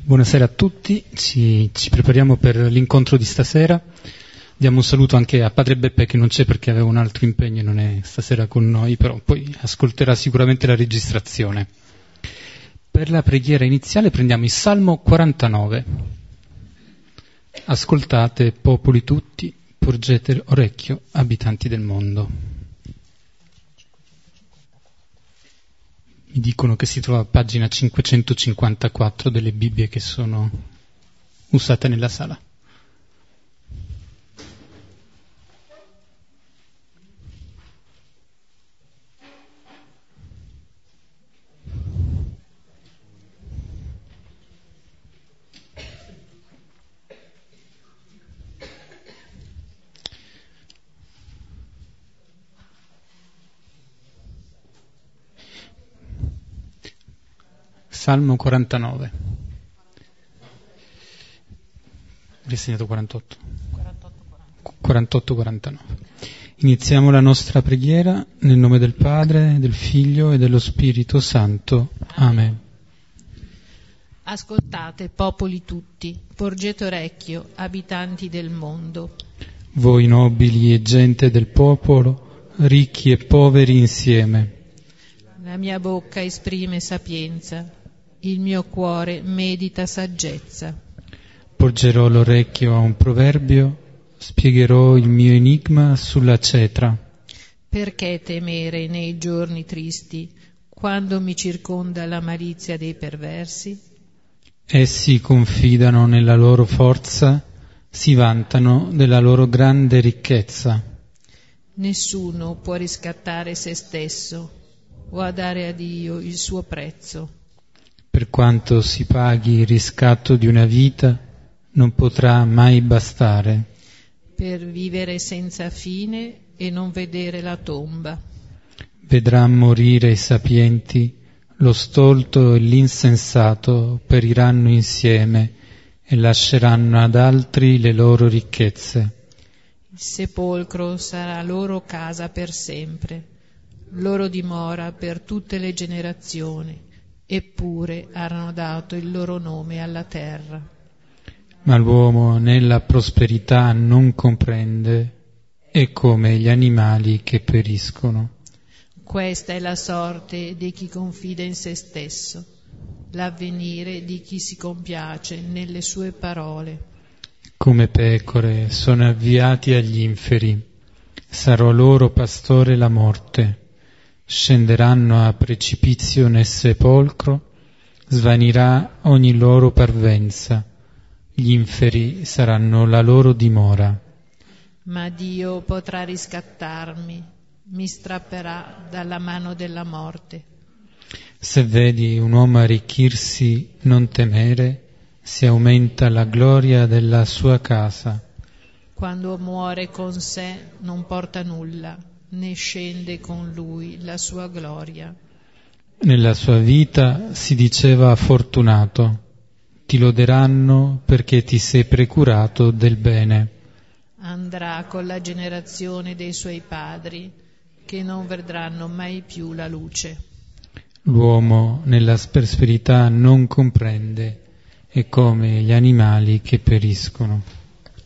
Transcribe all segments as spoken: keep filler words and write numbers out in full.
Buonasera a tutti, ci, ci prepariamo per l'incontro di stasera. Diamo un saluto anche a Padre Beppe che non c'è perché aveva un altro impegno e non è stasera con noi, però poi ascolterà sicuramente la registrazione. Per la preghiera iniziale prendiamo il Salmo quarantanove. Ascoltate, popoli tutti, porgete orecchio, abitanti del mondo. Mi dicono che si trova a pagina cinquecentocinquantaquattro delle Bibbie che sono usate nella sala. Salmo quarantanove. Hai segnato quarantotto? quarantotto quarantanove. Iniziamo la nostra preghiera nel nome del Padre, del Figlio e dello Spirito Santo. Amen. Ascoltate, popoli tutti, porgete orecchio, abitanti del mondo. Voi nobili e gente del popolo, ricchi e poveri insieme. La mia bocca esprime sapienza. Il mio cuore medita saggezza. Porgerò l'orecchio a un proverbio, spiegherò il mio enigma sulla cetra. Perché temere nei giorni tristi, quando mi circonda la malizia dei perversi? Essi confidano nella loro forza, si vantano della loro grande ricchezza. Nessuno può riscattare se stesso o dare a Dio il suo prezzo. Per quanto si paghi il riscatto di una vita, non potrà mai bastare. Per vivere senza fine e non vedere la tomba. Vedrà morire i sapienti, lo stolto e l'insensato periranno insieme e lasceranno ad altri le loro ricchezze. Il sepolcro sarà loro casa per sempre, loro dimora per tutte le generazioni. Eppure hanno dato il loro nome alla terra. Ma l'uomo nella prosperità non comprende, è come gli animali che periscono. Questa è la sorte di chi confida in se stesso, l'avvenire di chi si compiace nelle sue parole. Come pecore sono avviati agli inferi, sarò loro pastore la morte. Scenderanno a precipizio nel sepolcro, svanirà ogni loro parvenza, gli inferi saranno la loro dimora. Ma Dio potrà riscattarmi, mi strapperà dalla mano della morte. Se vedi un uomo arricchirsi, non temere, si aumenta la gloria della sua casa. Quando muore con sé non porta nulla, ne scende con lui la sua gloria. Nella sua vita si diceva fortunato, ti loderanno perché ti sei precurato del bene. Andrà con la generazione dei suoi padri, che non vedranno mai più la luce. L'uomo nella prosperità non comprende, è come gli animali che periscono.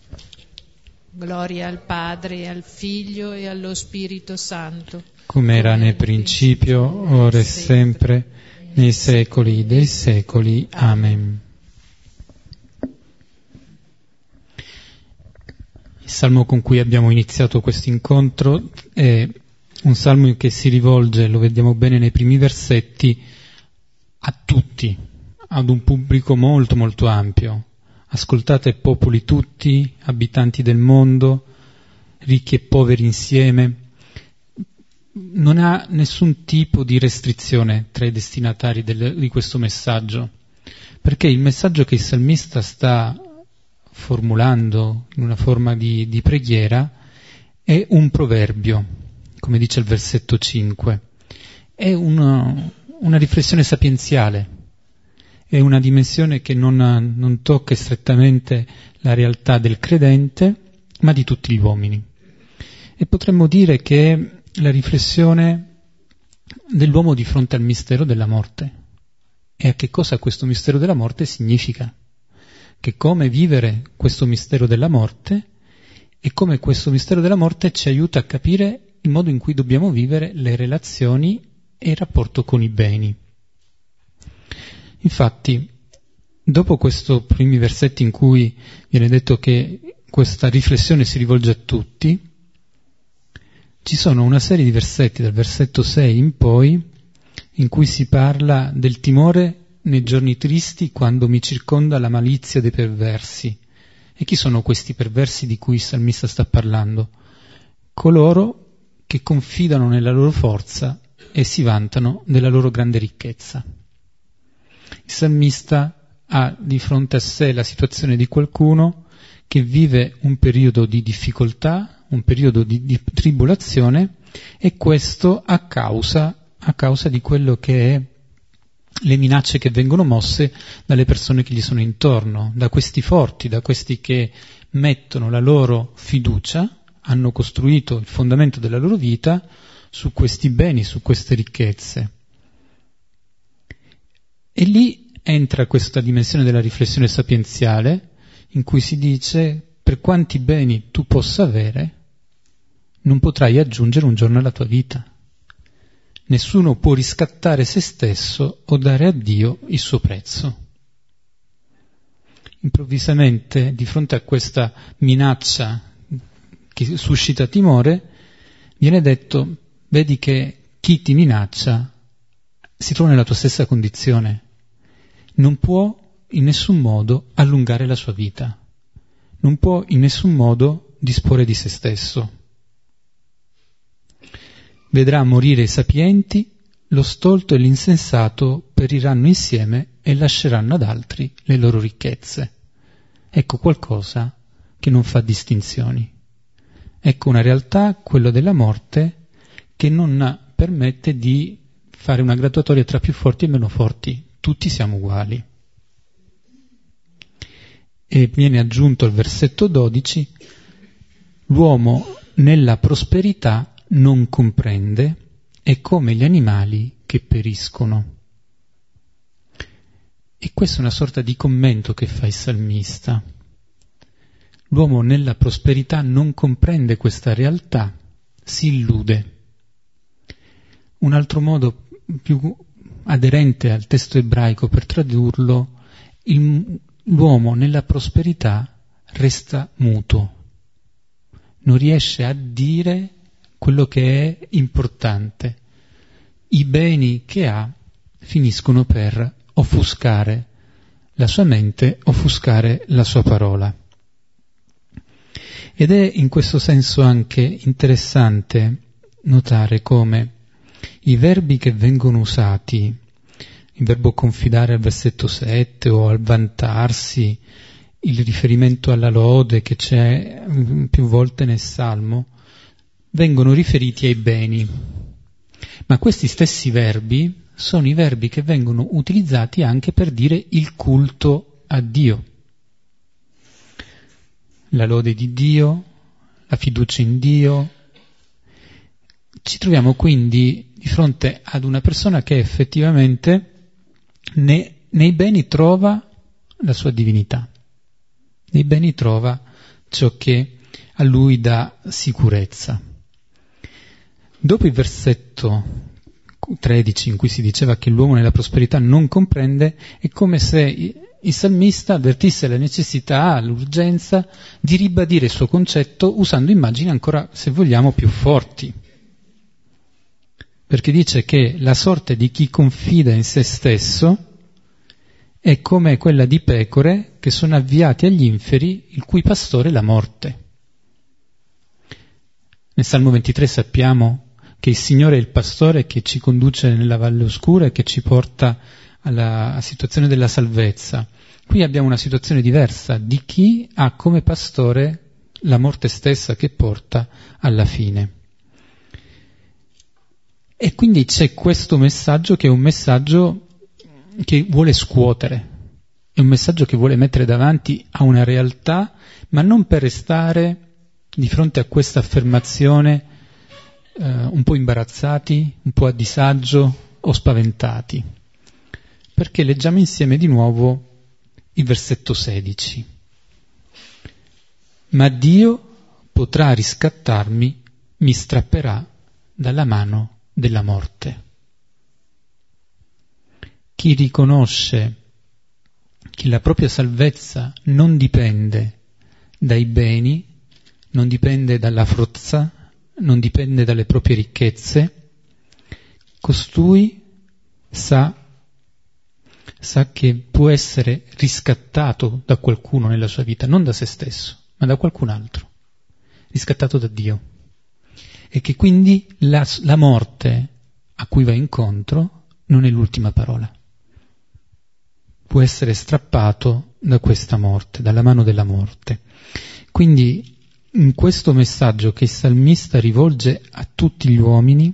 Gloria al Padre, al Figlio e allo Spirito Santo. Come era nel principio, ora e sempre, nei secoli dei secoli. Amen. Il salmo con cui abbiamo iniziato questo incontro è un salmo che si rivolge, lo vediamo bene nei primi versetti, a tutti, ad un pubblico molto molto ampio. Ascoltate, popoli tutti, abitanti del mondo, ricchi e poveri insieme. Non ha nessun tipo di restrizione tra i destinatari del, di questo messaggio, perché il messaggio che il salmista sta formulando in una forma di, di preghiera è un proverbio, come dice il versetto cinque. È una, una riflessione sapienziale. È una dimensione che non, non tocca strettamente la realtà del credente, ma di tutti gli uomini. E potremmo dire che è la riflessione dell'uomo di fronte al mistero della morte. e a che cosa questo mistero della morte significa, che come vivere questo mistero della morte e come questo mistero della morte ci aiuta a capire il modo in cui dobbiamo vivere le relazioni e il rapporto con i beni. Infatti, dopo questi primi versetti in cui viene detto che questa riflessione si rivolge a tutti, ci sono una serie di versetti, dal versetto sei in poi, in cui si parla del timore nei giorni tristi quando mi circonda la malizia dei perversi. E chi sono questi perversi di cui il salmista sta parlando? Coloro che confidano nella loro forza e si vantano della loro grande ricchezza. Il salmista ha di fronte a sé la situazione di qualcuno che vive un periodo di difficoltà, un periodo di, di tribolazione, e questo a causa a causa di quello che è le minacce che vengono mosse dalle persone che gli sono intorno, da questi forti, da questi che mettono la loro fiducia, hanno costruito il fondamento della loro vita su questi beni, su queste ricchezze. E lì entra questa dimensione della riflessione sapienziale, in cui si dice: per quanti beni tu possa avere, non potrai aggiungere un giorno alla tua vita. Nessuno può riscattare se stesso o dare a Dio il suo prezzo. Improvvisamente, di fronte a questa minaccia che suscita timore, viene detto: vedi che chi ti minaccia si trova nella tua stessa condizione. Non può in nessun modo allungare la sua vita. Non può in nessun modo disporre di se stesso. Vedrà morire i sapienti, lo stolto e l'insensato periranno insieme e lasceranno ad altri le loro ricchezze. Ecco qualcosa che non fa distinzioni. Ecco una realtà, quella della morte, che non permette di fare una graduatoria tra più forti e meno forti. Tutti siamo uguali. E viene aggiunto al versetto dodici: l'uomo nella prosperità non comprende, è come gli animali che periscono. E questa è una sorta di commento che fa il salmista. L'uomo nella prosperità non comprende questa realtà, si illude. Un altro modo più aderente al testo ebraico per tradurlo: il, l'uomo nella prosperità resta muto, non riesce a dire quello che è importante. I beni che ha finiscono per offuscare la sua mente, offuscare la sua parola. Ed è in questo senso anche interessante notare come i verbi che vengono usati, il verbo confidare al versetto sette o al vantarsi, il riferimento alla lode che c'è più volte nel Salmo, vengono riferiti ai beni. Ma questi stessi verbi sono i verbi che vengono utilizzati anche per dire il culto a Dio. La lode di Dio, la fiducia in Dio. Ci troviamo quindi di fronte ad una persona che effettivamente ne, nei beni trova la sua divinità, nei beni trova ciò che a lui dà sicurezza. Dopo il versetto tredici in cui si diceva che l'uomo nella prosperità non comprende, è come se il salmista avvertisse la necessità, l'urgenza di ribadire il suo concetto usando immagini ancora, se vogliamo, più forti. Perché dice che la sorte di chi confida in se stesso è come quella di pecore che sono avviate agli inferi, il cui pastore è la morte. Nel Salmo ventitré sappiamo che il Signore è il pastore che ci conduce nella valle oscura e che ci porta alla situazione della salvezza. Qui abbiamo una situazione diversa di chi ha come pastore la morte stessa che porta alla fine. E quindi c'è questo messaggio che è un messaggio che vuole scuotere, è un messaggio che vuole mettere davanti a una realtà, ma non per restare di fronte a questa affermazione Uh, un po' imbarazzati, un po' a disagio o spaventati, perché leggiamo insieme di nuovo il versetto sedici. Ma Dio potrà riscattarmi, mi strapperà dalla mano della morte. Chi riconosce che la propria salvezza non dipende dai beni, non dipende dalla forza, non dipende dalle proprie ricchezze, costui sa, sa che può essere riscattato da qualcuno nella sua vita, non da se stesso, ma da qualcun altro, riscattato da Dio. E che quindi la, la morte a cui va incontro non è l'ultima parola. Può essere strappato da questa morte, dalla mano della morte. Quindi in questo messaggio che il salmista rivolge a tutti gli uomini,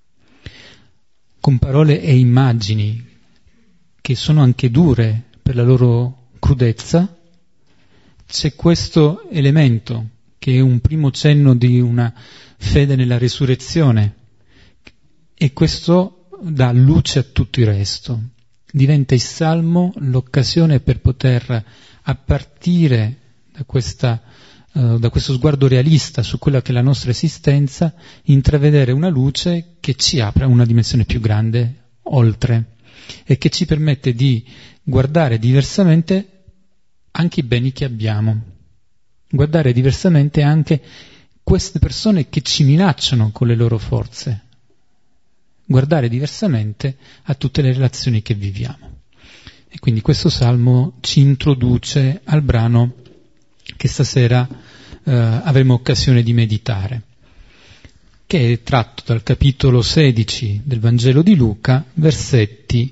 con parole e immagini che sono anche dure per la loro crudezza, c'è questo elemento che è un primo cenno di una fede nella resurrezione, e questo dà luce a tutto il resto. Diventa il Salmo l'occasione per poter, a partire da, questa, uh, da questo sguardo realista su quella che è la nostra esistenza, intravedere una luce che ci apre a una dimensione più grande, oltre, e che ci permette di guardare diversamente anche i beni che abbiamo, guardare diversamente anche queste persone che ci minacciano con le loro forze, guardare diversamente a tutte le relazioni che viviamo. E quindi questo salmo ci introduce al brano che stasera eh, avremo occasione di meditare, che è tratto dal capitolo sedici del Vangelo di Luca, versetti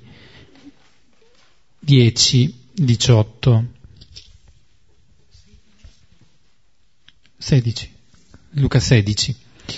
dieci diciotto. sedici. Luca sedici.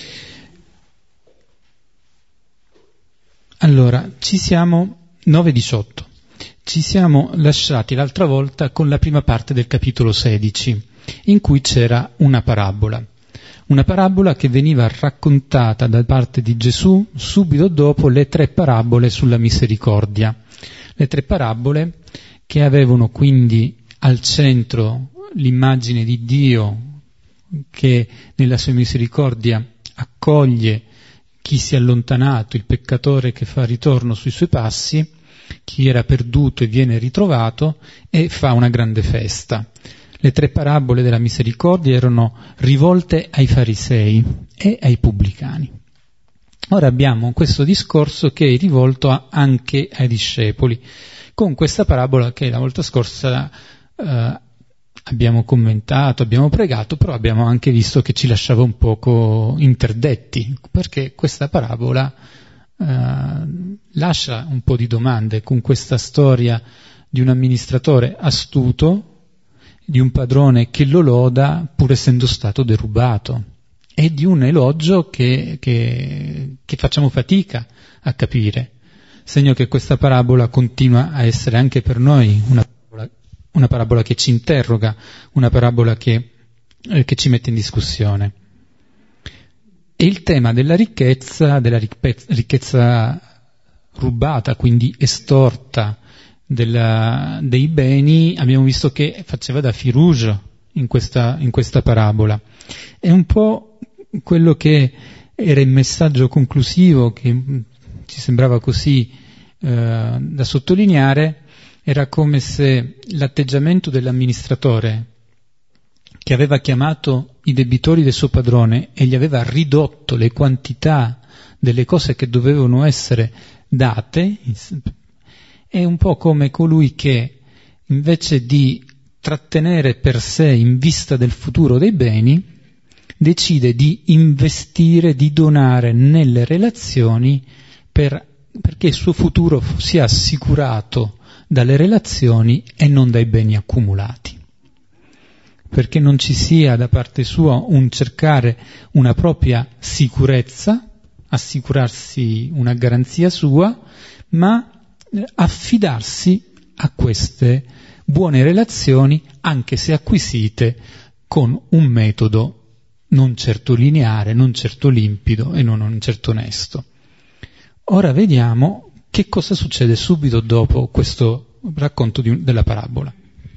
Allora, ci siamo, nove diciotto, ci siamo lasciati l'altra volta con la prima parte del capitolo sedici, in cui c'era una parabola. Una parabola che veniva raccontata da parte di Gesù subito dopo le tre parabole sulla misericordia. Le tre parabole che avevano quindi al centro l'immagine di Dio che nella sua misericordia accoglie chi si è allontanato, il peccatore che fa ritorno sui suoi passi, chi era perduto e viene ritrovato, e fa una grande festa. Le tre parabole della misericordia erano rivolte ai farisei e ai pubblicani. Ora abbiamo questo discorso che è rivolto anche ai discepoli, con questa parabola che la volta scorsa eh, abbiamo commentato, abbiamo pregato, però abbiamo anche visto che ci lasciava un poco interdetti, perché questa parabola eh, lascia un po' di domande con questa storia di un amministratore astuto, di un padrone che lo loda pur essendo stato derubato, e di un elogio che, che, che facciamo fatica a capire, segno che questa parabola continua a essere anche per noi una una parabola che ci interroga, una parabola che, eh, che ci mette in discussione. E il tema della ricchezza, della ricchezza rubata, quindi estorta, della, dei beni, abbiamo visto che faceva da fil rouge in questa, in questa parabola. È un po' quello che era il messaggio conclusivo, che ci sembrava così eh, da sottolineare. Era come se l'atteggiamento dell'amministratore, che aveva chiamato i debitori del suo padrone e gli aveva ridotto le quantità delle cose che dovevano essere date, è un po' come colui che invece di trattenere per sé in vista del futuro dei beni, decide di investire, di donare nelle relazioni per, perché il suo futuro sia assicurato dalle relazioni e non dai beni accumulati, perché non ci sia da parte sua un cercare una propria sicurezza, assicurarsi una garanzia sua, ma affidarsi a queste buone relazioni, anche se acquisite con un metodo non certo lineare, non certo limpido e non certo onesto. Ora vediamo che cosa succede subito dopo questo racconto di, della parabola?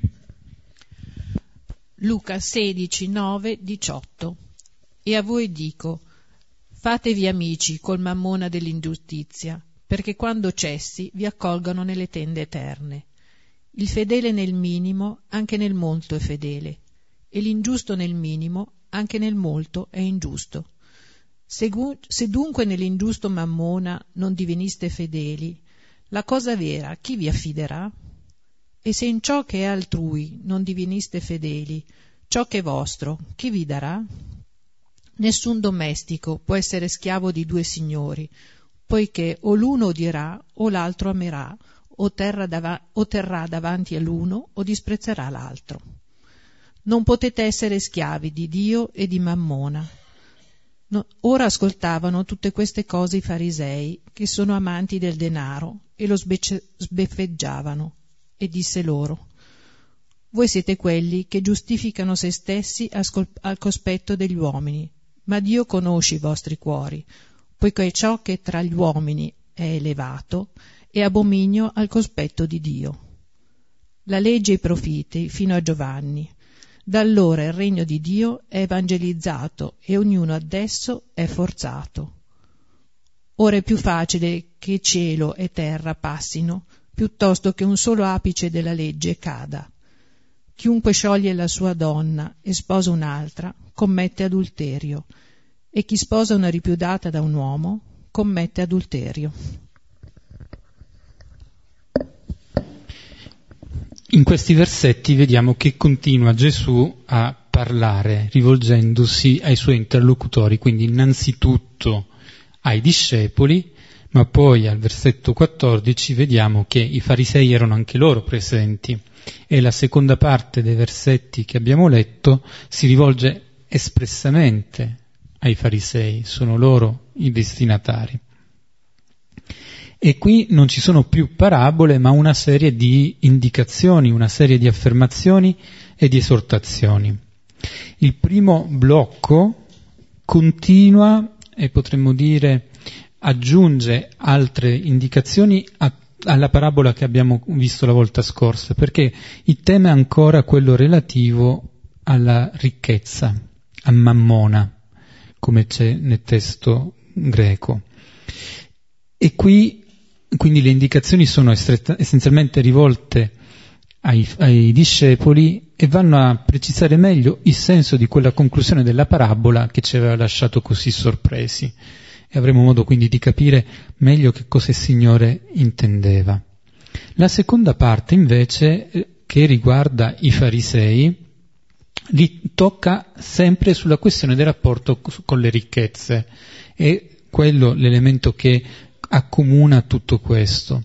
Luca sedici, nove, diciotto. E a voi dico, fatevi amici col mammona dell'ingiustizia, perché quando cessi vi accolgano nelle tende eterne. Il fedele nel minimo anche nel molto è fedele, e l'ingiusto nel minimo anche nel molto è ingiusto. Se, se dunque nell'ingiusto mammona non diveniste fedeli, la cosa vera chi vi affiderà? E se in ciò che è altrui non diveniste fedeli, ciò che è vostro chi vi darà? Nessun domestico può essere schiavo di due signori, poiché o l'uno odierà o l'altro amerà, o, terra dav- o terrà davanti all'uno o disprezzerà l'altro. Non potete essere schiavi di Dio e di Mammona. No, ora ascoltavano tutte queste cose i farisei, che sono amanti del denaro, e lo sbecce- sbeffeggiavano, e disse loro: voi siete quelli che giustificano se stessi ascol- al cospetto degli uomini, ma Dio conosce i vostri cuori, poiché ciò che tra gli uomini è elevato è abominio al cospetto di Dio. La legge e i profeti fino a Giovanni. Da allora il regno di Dio è evangelizzato e ognuno adesso è forzato. Ora è più facile che cielo e terra passino, piuttosto che un solo apice della legge cada. Chiunque scioglie la sua donna e sposa un'altra, commette adulterio, e chi sposa una ripudiata da un uomo, commette adulterio. In questi versetti vediamo che continua Gesù a parlare rivolgendosi ai suoi interlocutori, quindi innanzitutto ai discepoli, ma poi al versetto quattordici vediamo che i farisei erano anche loro presenti e la seconda parte dei versetti che abbiamo letto si rivolge espressamente ai farisei, sono loro i destinatari. E qui non ci sono più parabole, ma una serie di indicazioni, una serie di affermazioni e di esortazioni. Il primo blocco continua e potremmo dire aggiunge altre indicazioni a, alla parabola che abbiamo visto la volta scorsa, perché il tema è ancora quello relativo alla ricchezza, a mammona, come c'è nel testo greco. E qui quindi le indicazioni sono estretta, essenzialmente rivolte ai, ai discepoli e vanno a precisare meglio il senso di quella conclusione della parabola che ci aveva lasciato così sorpresi. E avremo modo quindi di capire meglio che cosa il Signore intendeva. La seconda parte invece, che riguarda i farisei, li tocca sempre sulla questione del rapporto con le ricchezze. È quello l'elemento che accomuna tutto questo.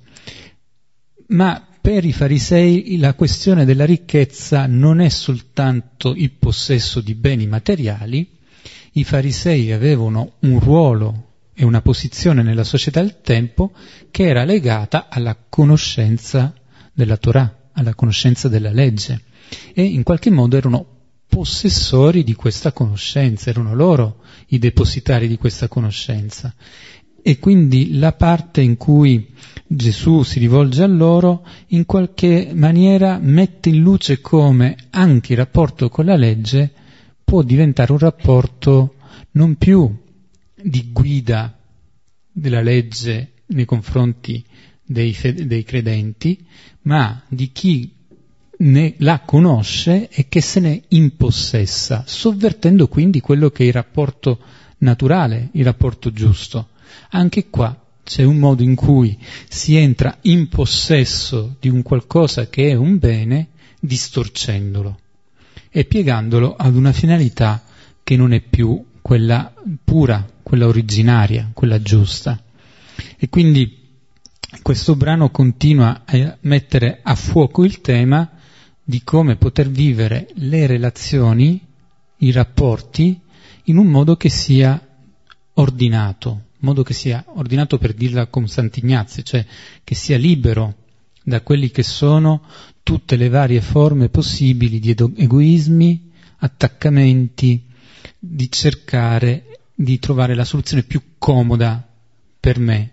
Ma per i farisei la questione della ricchezza non è soltanto il possesso di beni materiali. I farisei avevano un ruolo e una posizione nella società del tempo che era legata alla conoscenza della Torah, alla conoscenza della legge, e in qualche modo erano possessori di questa conoscenza, erano loro i depositari di questa conoscenza. E quindi la parte in cui Gesù si rivolge a loro in qualche maniera mette in luce come anche il rapporto con la legge può diventare un rapporto non più di guida della legge nei confronti dei, fede- dei credenti, ma di chi ne la conosce e che se ne impossessa, sovvertendo quindi quello che è il rapporto naturale, il rapporto giusto. Anche qua c'è un modo in cui si entra in possesso di un qualcosa che è un bene, distorcendolo e piegandolo ad una finalità che non è più quella pura, quella originaria, quella giusta. E quindi questo brano continua a mettere a fuoco il tema di come poter vivere le relazioni, i rapporti, in un modo che sia ordinato, modo che sia ordinato per dirla con Sant'Ignazio, cioè che sia libero da quelli che sono tutte le varie forme possibili di egoismi, attaccamenti, di cercare di trovare la soluzione più comoda per me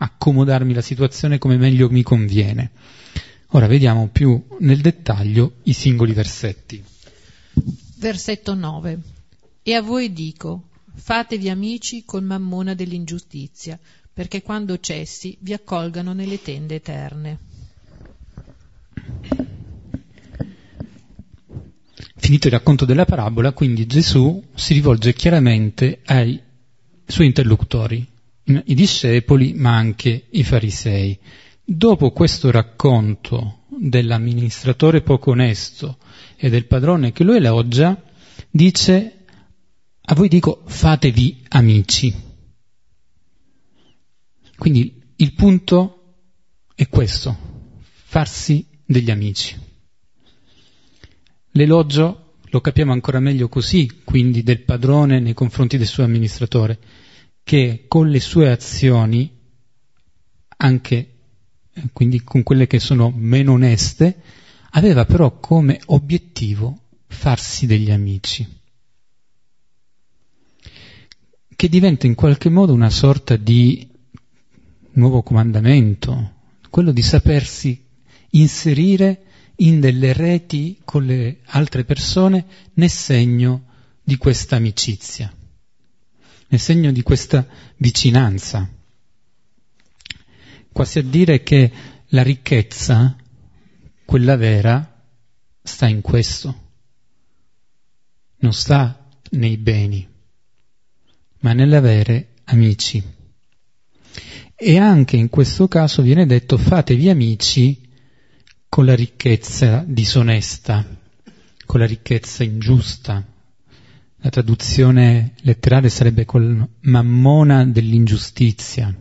accomodarmi la situazione come meglio mi conviene. Ora vediamo più nel dettaglio i singoli versetti. Versetto nove. E a voi dico, fatevi amici col mammona dell'ingiustizia, perché quando cessi vi accolgano nelle tende eterne. Finito il racconto della parabola, quindi Gesù si rivolge chiaramente ai suoi interlocutori, i discepoli, ma anche i farisei. Dopo questo racconto dell'amministratore poco onesto e del padrone che lo elogia, dice: a voi dico, fatevi amici. Quindi il punto è questo, farsi degli amici. L'elogio lo capiamo ancora meglio così, quindi del padrone nei confronti del suo amministratore, che con le sue azioni, anche quindi con quelle che sono meno oneste, aveva però come obiettivo farsi degli amici, che diventa in qualche modo una sorta di nuovo comandamento, quello di sapersi inserire in delle reti con le altre persone nel segno di questa amicizia, nel segno di questa vicinanza. Quasi a dire che la ricchezza, quella vera, sta in questo. Non sta nei beni, ma nell'avere amici. E anche in questo caso viene detto: fatevi amici con la ricchezza disonesta, con la ricchezza ingiusta. La traduzione letterale sarebbe col mammona dell'ingiustizia.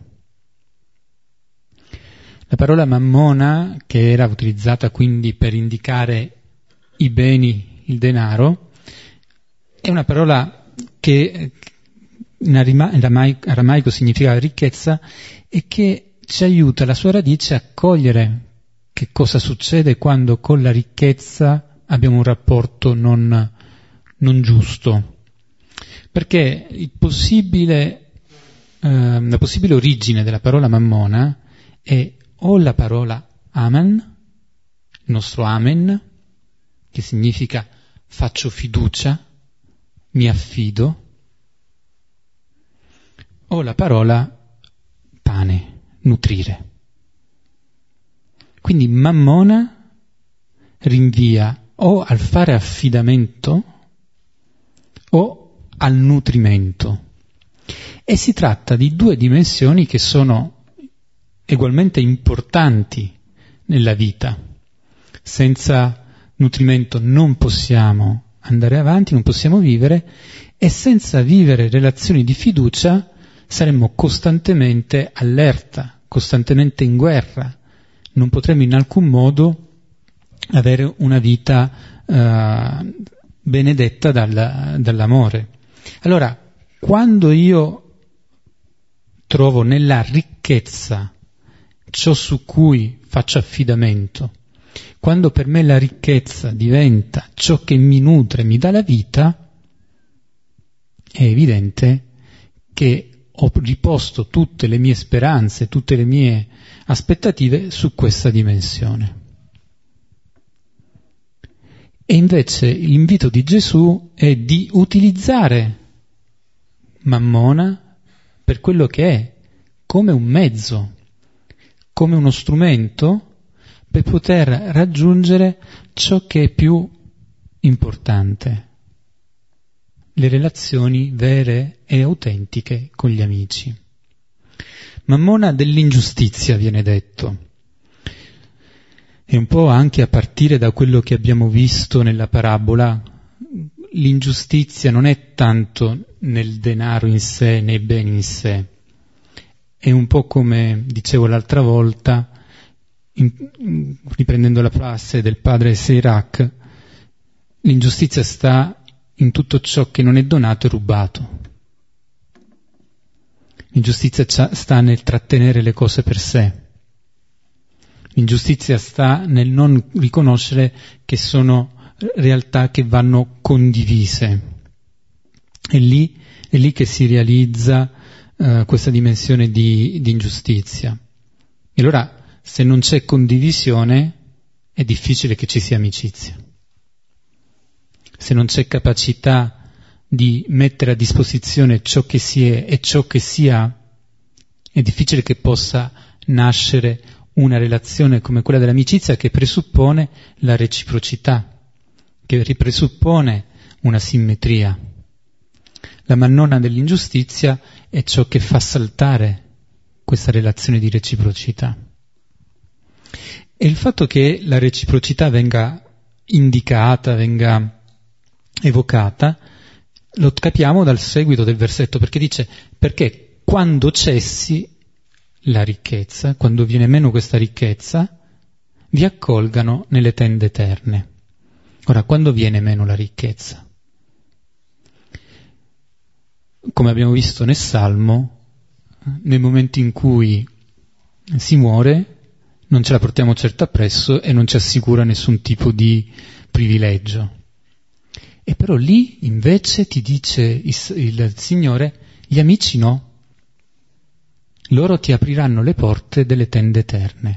La parola mammona, che era utilizzata quindi per indicare i beni, il denaro, è una parola che in aramaico significa ricchezza e che ci aiuta, la sua radice, a cogliere che cosa succede quando con la ricchezza abbiamo un rapporto non, non giusto. Perché il possibile, eh, la possibile origine della parola mammona è o la parola amen, il nostro amen, che significa faccio fiducia, mi affido, o la parola pane, nutrire. Quindi mammona rinvia o al fare affidamento o al nutrimento. E si tratta di due dimensioni che sono ugualmente importanti nella vita. Senza nutrimento non possiamo andare avanti, non possiamo vivere, e senza vivere relazioni di fiducia saremmo costantemente allerta, costantemente in guerra. Non potremo in alcun modo avere una vita eh, benedetta dal, dall'amore. Allora, quando io trovo nella ricchezza ciò su cui faccio affidamento, quando per me la ricchezza diventa ciò che mi nutre, mi dà la vita, è evidente che ho riposto tutte le mie speranze, tutte le mie aspettative su questa dimensione. E invece l'invito di Gesù è di utilizzare Mammona per quello che è, come un mezzo, come uno strumento per poter raggiungere ciò che è più importante, le relazioni vere e autentiche con gli amici. Mammona dell'ingiustizia viene detto, e un po' anche a partire da quello che abbiamo visto nella parabola. L'ingiustizia non è tanto nel denaro in sé, nei beni in sé, è un po' come dicevo l'altra volta, in, riprendendo la frase del padre Seyrak, l'ingiustizia sta in tutto ciò che non è donato e rubato. L'ingiustizia sta nel trattenere le cose per sé. L'ingiustizia sta nel non riconoscere che sono realtà che vanno condivise. È lì, è lì che si realizza uh, uh, questa dimensione di, di ingiustizia. E allora, se non c'è condivisione, è difficile che ci sia amicizia. Se non c'è capacità di mettere a disposizione ciò che si è e ciò che si ha, è difficile che possa nascere una relazione come quella dell'amicizia, che presuppone la reciprocità, che presuppone una simmetria. La mannona dell'ingiustizia è ciò che fa saltare questa relazione di reciprocità. E il fatto che la reciprocità venga indicata, venga evocata, lo capiamo dal seguito del versetto, perché dice: perché quando cessi la ricchezza, quando viene meno questa ricchezza, vi accolgano nelle tende eterne. Ora, quando viene meno la ricchezza? Come abbiamo visto nel Salmo, nel momento in cui si muore, non ce la portiamo certo appresso e non ci assicura nessun tipo di privilegio. E però lì invece ti dice il, il Signore: gli amici no, loro ti apriranno le porte delle tende eterne.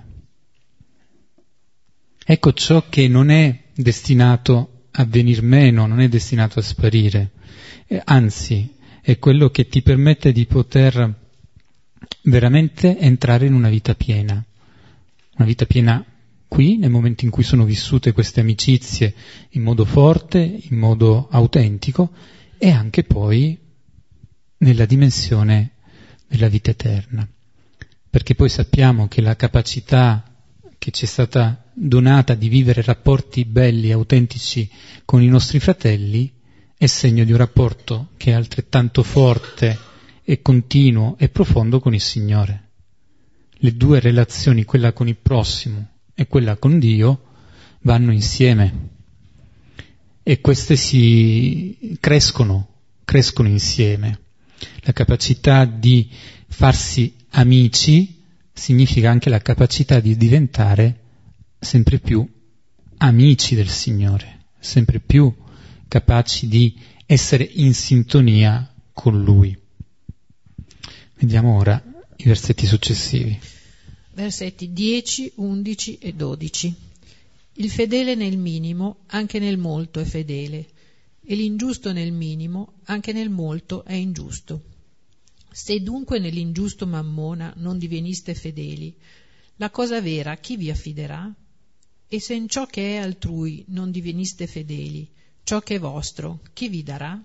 Ecco ciò che non è destinato a venir meno, non è destinato a sparire, eh, anzi è quello che ti permette di poter veramente entrare in una vita piena, una vita piena qui, nel momento in cui sono vissute queste amicizie in modo forte, in modo autentico, e anche poi nella dimensione della vita eterna. Perché poi sappiamo che la capacità che ci è stata donata di vivere rapporti belli, autentici con i nostri fratelli, è segno di un rapporto che è altrettanto forte e continuo e profondo con il Signore. Le due relazioni, quella con il prossimo e quella con Dio, vanno insieme e queste si crescono, crescono insieme. La capacità di farsi amici significa anche la capacità di diventare sempre più amici del Signore, sempre più capaci di essere in sintonia con Lui. Vediamo ora i versetti successivi. Versetti dieci, undici e dodici. Il fedele nel minimo, anche nel molto è fedele, e l'ingiusto nel minimo, anche nel molto è ingiusto. Se dunque nell'ingiusto mammona non diveniste fedeli, la cosa vera chi vi affiderà? E se in ciò che è altrui non diveniste fedeli, ciò che è vostro chi vi darà?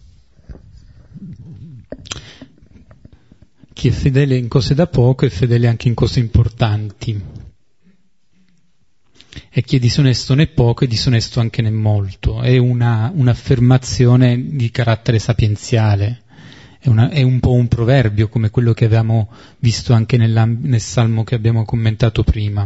Chi è fedele in cose da poco è fedele anche in cose importanti. E chi è disonesto nel poco è disonesto anche nel molto. È una, un'affermazione di carattere sapienziale. È, una, è un po' un proverbio, come quello che avevamo visto anche nella, nel Salmo che abbiamo commentato prima.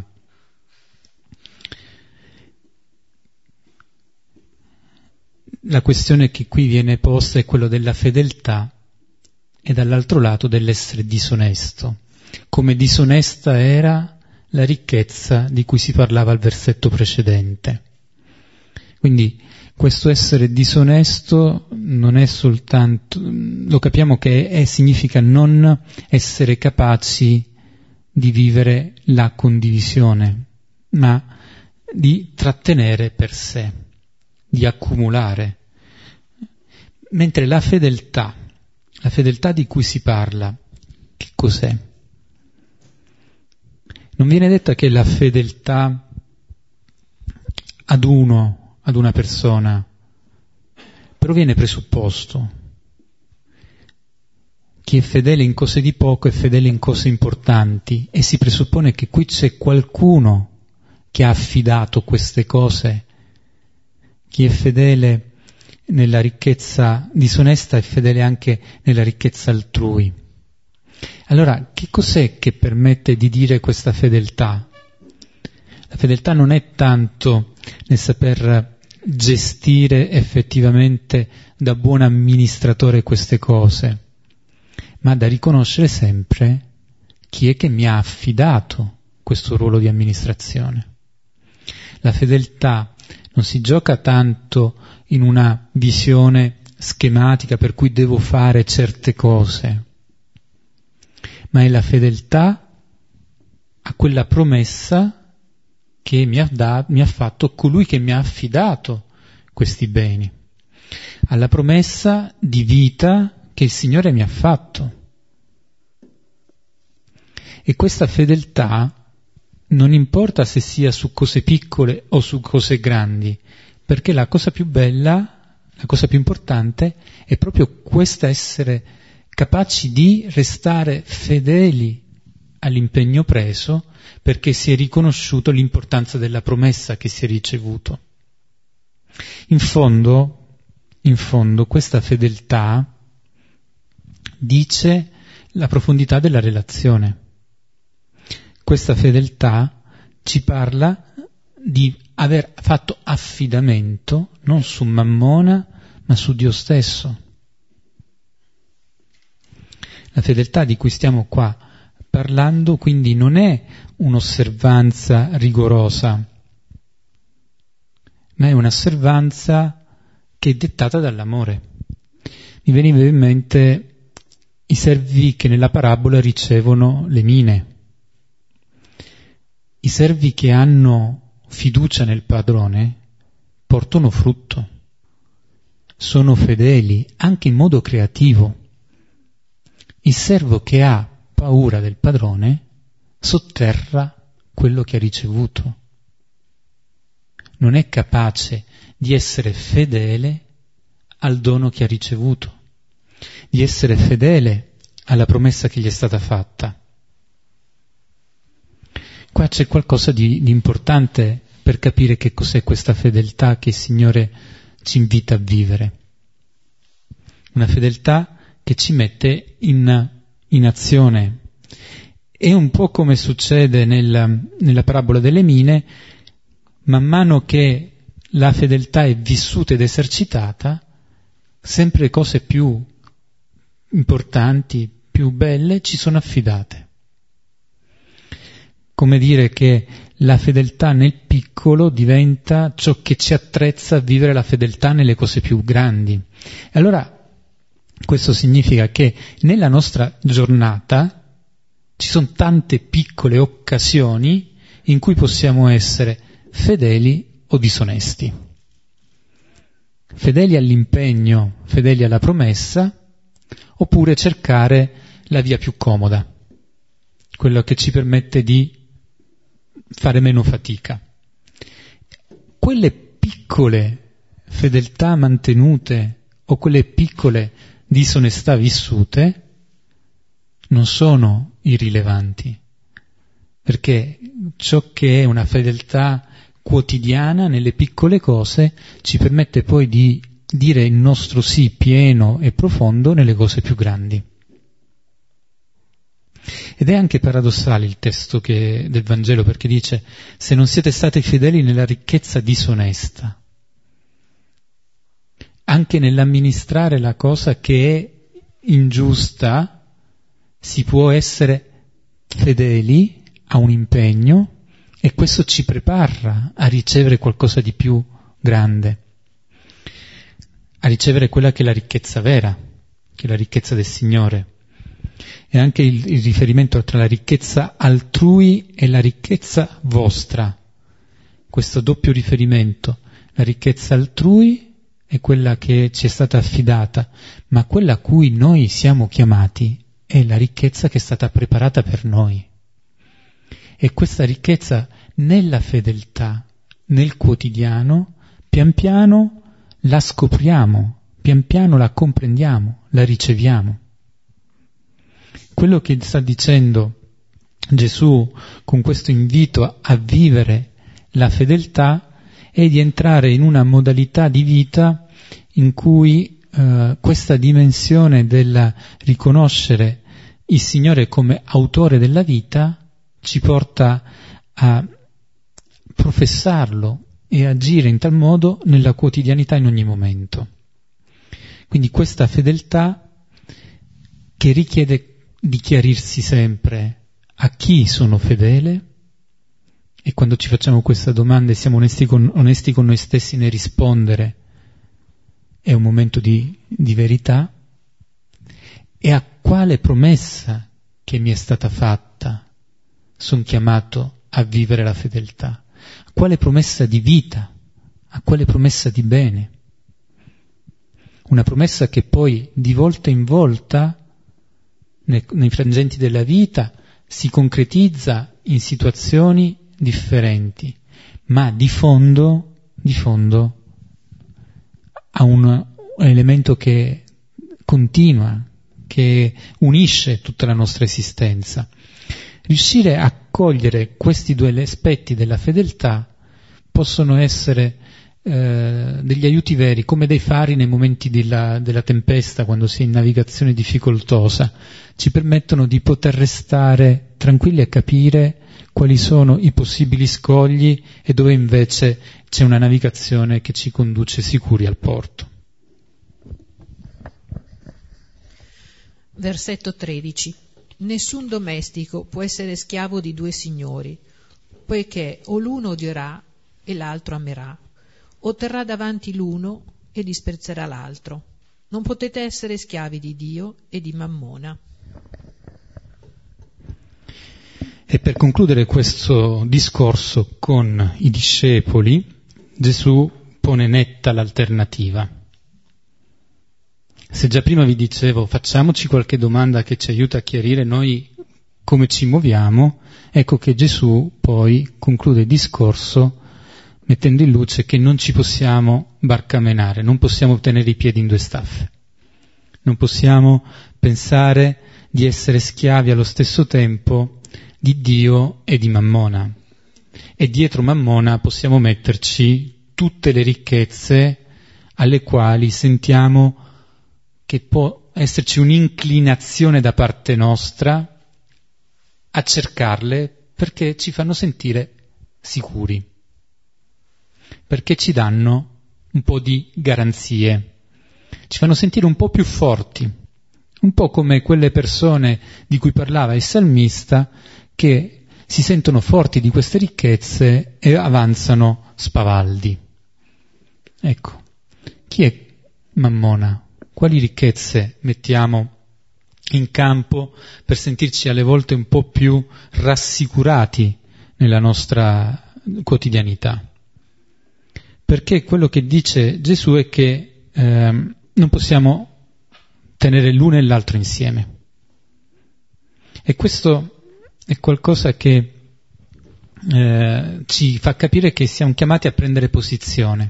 La questione che qui viene posta è quella della fedeltà e dall'altro lato dell'essere disonesto. Come disonesta era la ricchezza di cui si parlava al versetto precedente. Quindi questo essere disonesto non è soltanto, lo capiamo che è, significa non essere capaci di vivere la condivisione, ma di trattenere per sé, di accumulare. Mentre la fedeltà, la fedeltà di cui si parla, che cos'è? Non viene detta che la fedeltà ad uno, ad una persona, però viene presupposto. Chi è fedele in cose di poco è fedele in cose importanti, e si presuppone che qui c'è qualcuno che ha affidato queste cose. Chi è fedele nella ricchezza disonesta è fedele anche nella ricchezza altrui. Allora, che cos'è che permette di dire questa fedeltà? La fedeltà non è tanto nel saper gestire effettivamente da buon amministratore queste cose, ma da riconoscere sempre chi è che mi ha affidato questo ruolo di amministrazione. La fedeltà non si gioca tanto in una visione schematica per cui devo fare certe cose, ma è la fedeltà a quella promessa che mi ha, da, mi ha fatto colui che mi ha affidato questi beni, alla promessa di vita che il Signore mi ha fatto. E questa fedeltà non importa se sia su cose piccole o su cose grandi, perché la cosa più bella, la cosa più importante è proprio questa, essere capaci di restare fedeli all'impegno preso, perché si è riconosciuto l'importanza della promessa che si è ricevuto. In fondo, in fondo questa fedeltà dice la profondità della relazione. Questa fedeltà ci parla di aver fatto affidamento non su Mammona, ma su Dio stesso. La fedeltà di cui stiamo qua parlando quindi non è un'osservanza rigorosa, ma è un'osservanza che è dettata dall'amore. Mi veniva in mente i servi che nella parabola ricevono le mine. I servi che hanno fiducia nel padrone portano frutto, sono fedeli anche in modo creativo. Il servo che ha paura del padrone sotterra quello che ha ricevuto, non è capace di essere fedele al dono che ha ricevuto, di essere fedele alla promessa che gli è stata fatta. Qua c'è qualcosa di, di importante per capire che cos'è questa fedeltà che il Signore ci invita a vivere. Una fedeltà che ci mette in, in azione. È un po' come succede nel, nella parabola delle mine, man mano che la fedeltà è vissuta ed esercitata, sempre cose più importanti, più belle, ci sono affidate. Come dire che la fedeltà nel piccolo diventa ciò che ci attrezza a vivere la fedeltà nelle cose più grandi. E allora questo significa che nella nostra giornata ci sono tante piccole occasioni in cui possiamo essere fedeli o disonesti. Fedeli all'impegno, fedeli alla promessa, oppure cercare la via più comoda, quello che ci permette di fare meno fatica. Quelle piccole fedeltà mantenute o quelle piccole disonestà vissute non sono irrilevanti, perché ciò che è una fedeltà quotidiana nelle piccole cose ci permette poi di dire il nostro sì pieno e profondo nelle cose più grandi. Ed è anche paradossale il testo che, del Vangelo, perché dice: se non siete stati fedeli nella ricchezza disonesta, anche nell'amministrare la cosa che è ingiusta, si può essere fedeli a un impegno, e questo ci prepara a ricevere qualcosa di più grande, a ricevere quella che è la ricchezza vera, che è la ricchezza del Signore. E anche il, il riferimento tra la ricchezza altrui e la ricchezza vostra, questo doppio riferimento: la ricchezza altrui è quella che ci è stata affidata, ma quella a cui noi siamo chiamati è la ricchezza che è stata preparata per noi. E questa ricchezza nella fedeltà, nel quotidiano, pian piano la scopriamo, pian piano la comprendiamo, la riceviamo. Quello che sta dicendo Gesù con questo invito a vivere la fedeltà è di entrare in una modalità di vita in cui eh, questa dimensione del riconoscere il Signore come autore della vita ci porta a professarlo e agire in tal modo nella quotidianità in ogni momento. Quindi questa fedeltà che richiede di chiarirsi sempre a chi sono fedele, e quando ci facciamo questa domanda e siamo onesti con, onesti con noi stessi nel rispondere, è un momento di, di verità, e a quale promessa che mi è stata fatta, sono chiamato a vivere la fedeltà? A quale promessa di vita? A quale promessa di bene? Una promessa che poi di volta in volta, nei, nei frangenti della vita, si concretizza in situazioni differenti, ma di fondo, di fondo ha un, un elemento che continua, che unisce tutta la nostra esistenza. Riuscire a cogliere questi due aspetti della fedeltà possono essere eh, degli aiuti veri, come dei fari nei momenti della, della tempesta, quando si è in navigazione difficoltosa, ci permettono di poter restare tranquilli e capire quali sono i possibili scogli e dove invece c'è una navigazione che ci conduce sicuri al porto. Versetto tredici. Nessun domestico può essere schiavo di due signori, poiché o l'uno odierà e l'altro amerà, o terrà davanti l'uno e disprezzerà l'altro. Non potete essere schiavi di Dio e di Mammona. E per concludere questo discorso con i discepoli, Gesù pone netta l'alternativa. Se già prima vi dicevo, facciamoci qualche domanda che ci aiuta a chiarire noi come ci muoviamo, ecco che Gesù poi conclude il discorso mettendo in luce che non ci possiamo barcamenare, non possiamo tenere i piedi in due staffe, non possiamo pensare di essere schiavi allo stesso tempo di Dio e di Mammona. E dietro Mammona possiamo metterci tutte le ricchezze alle quali sentiamo che può esserci un'inclinazione da parte nostra a cercarle perché ci fanno sentire sicuri, perché ci danno un po' di garanzie, ci fanno sentire un po' più forti, un po' come quelle persone di cui parlava il salmista che si sentono forti di queste ricchezze e avanzano spavaldi. Ecco, chi è Mammona? Quali ricchezze mettiamo in campo per sentirci alle volte un po' più rassicurati nella nostra quotidianità? Perché quello che dice Gesù è che eh, non possiamo tenere l'uno e l'altro insieme. E questo è qualcosa che eh, ci fa capire che siamo chiamati a prendere posizione,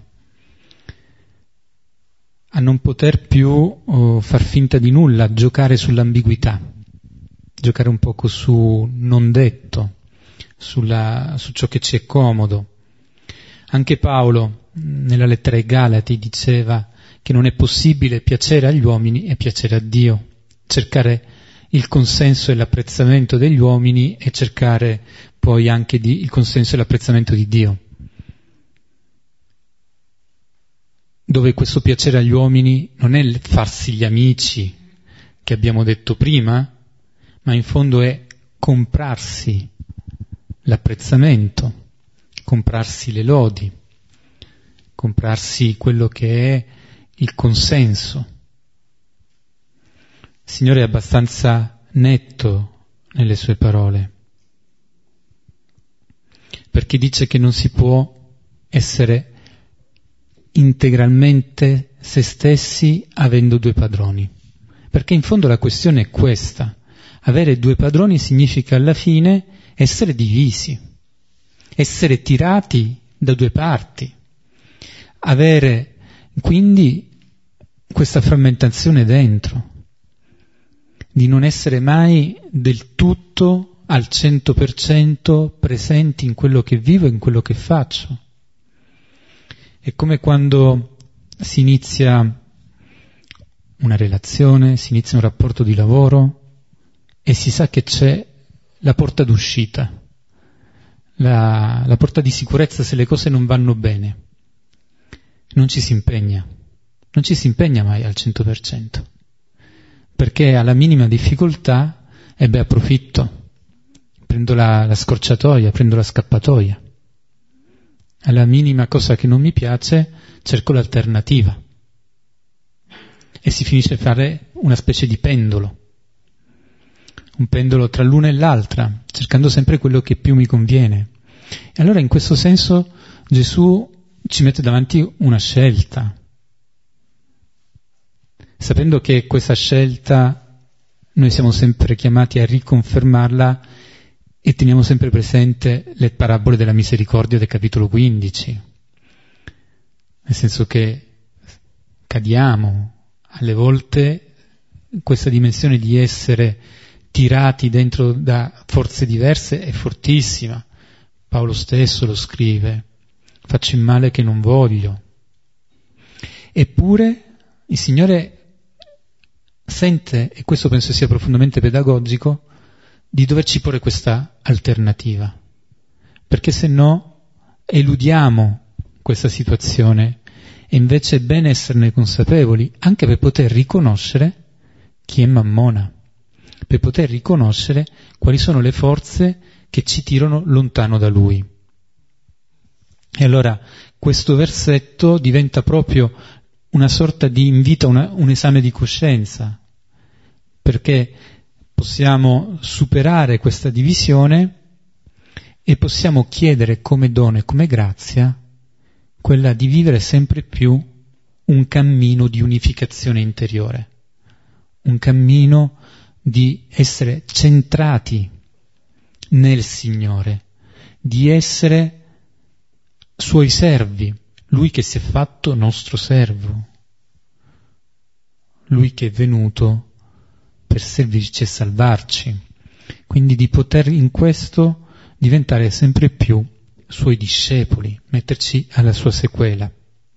a non poter più oh, far finta di nulla, giocare sull'ambiguità, giocare un poco su non detto, sulla, su ciò che ci è comodo. Anche Paolo nella lettera ai Galati diceva che non è possibile piacere agli uomini e piacere a Dio, cercare il consenso e l'apprezzamento degli uomini e cercare poi anche di, il consenso e l'apprezzamento di Dio. Dove questo piacere agli uomini non è il farsi gli amici che abbiamo detto prima, ma in fondo è comprarsi l'apprezzamento, comprarsi le lodi, comprarsi quello che è il consenso. Il Signore è abbastanza netto nelle sue parole, perché dice che non si può essere integralmente se stessi avendo due padroni, perché in fondo la questione è questa: avere due padroni significa alla fine essere divisi, essere tirati da due parti, avere quindi questa frammentazione dentro, di non essere mai del tutto al cento per cento presenti in quello che vivo e in quello che faccio. È come quando si inizia una relazione, si inizia un rapporto di lavoro e si sa che c'è la porta d'uscita, la, la porta di sicurezza se le cose non vanno bene. Non ci si impegna, non ci si impegna mai al cento per cento, perché alla minima difficoltà, e beh, approfitto, prendo la, la scorciatoia, prendo la scappatoia. Alla minima cosa che non mi piace, cerco l'alternativa. E si finisce a fare una specie di pendolo. un pendolo tra l'una e l'altra, cercando sempre quello che più mi conviene. E allora in questo senso Gesù ci mette davanti una scelta, sapendo che questa scelta noi siamo sempre chiamati a riconfermarla e teniamo sempre presente le parabole della misericordia del capitolo quindici, nel senso che cadiamo alle volte in questa dimensione di essere tirati dentro da forze diverse è fortissima. Paolo stesso lo scrive: faccio il male che non voglio. Eppure il Signore sente, e questo penso sia profondamente pedagogico, di doverci porre questa alternativa, perché se no eludiamo questa situazione, e invece è bene esserne consapevoli, anche per poter riconoscere chi è Mammona, per poter riconoscere quali sono le forze che ci tirano lontano da Lui. E allora questo versetto diventa proprio una sorta di invito a una, un esame di coscienza, perché possiamo superare questa divisione e possiamo chiedere come dono e come grazia quella di vivere sempre più un cammino di unificazione interiore, un cammino di essere centrati nel Signore, di essere Suoi servi, Lui che si è fatto nostro servo, Lui che è venuto per servirci e salvarci, quindi di poter in questo diventare sempre più Suoi discepoli, metterci alla Sua sequela.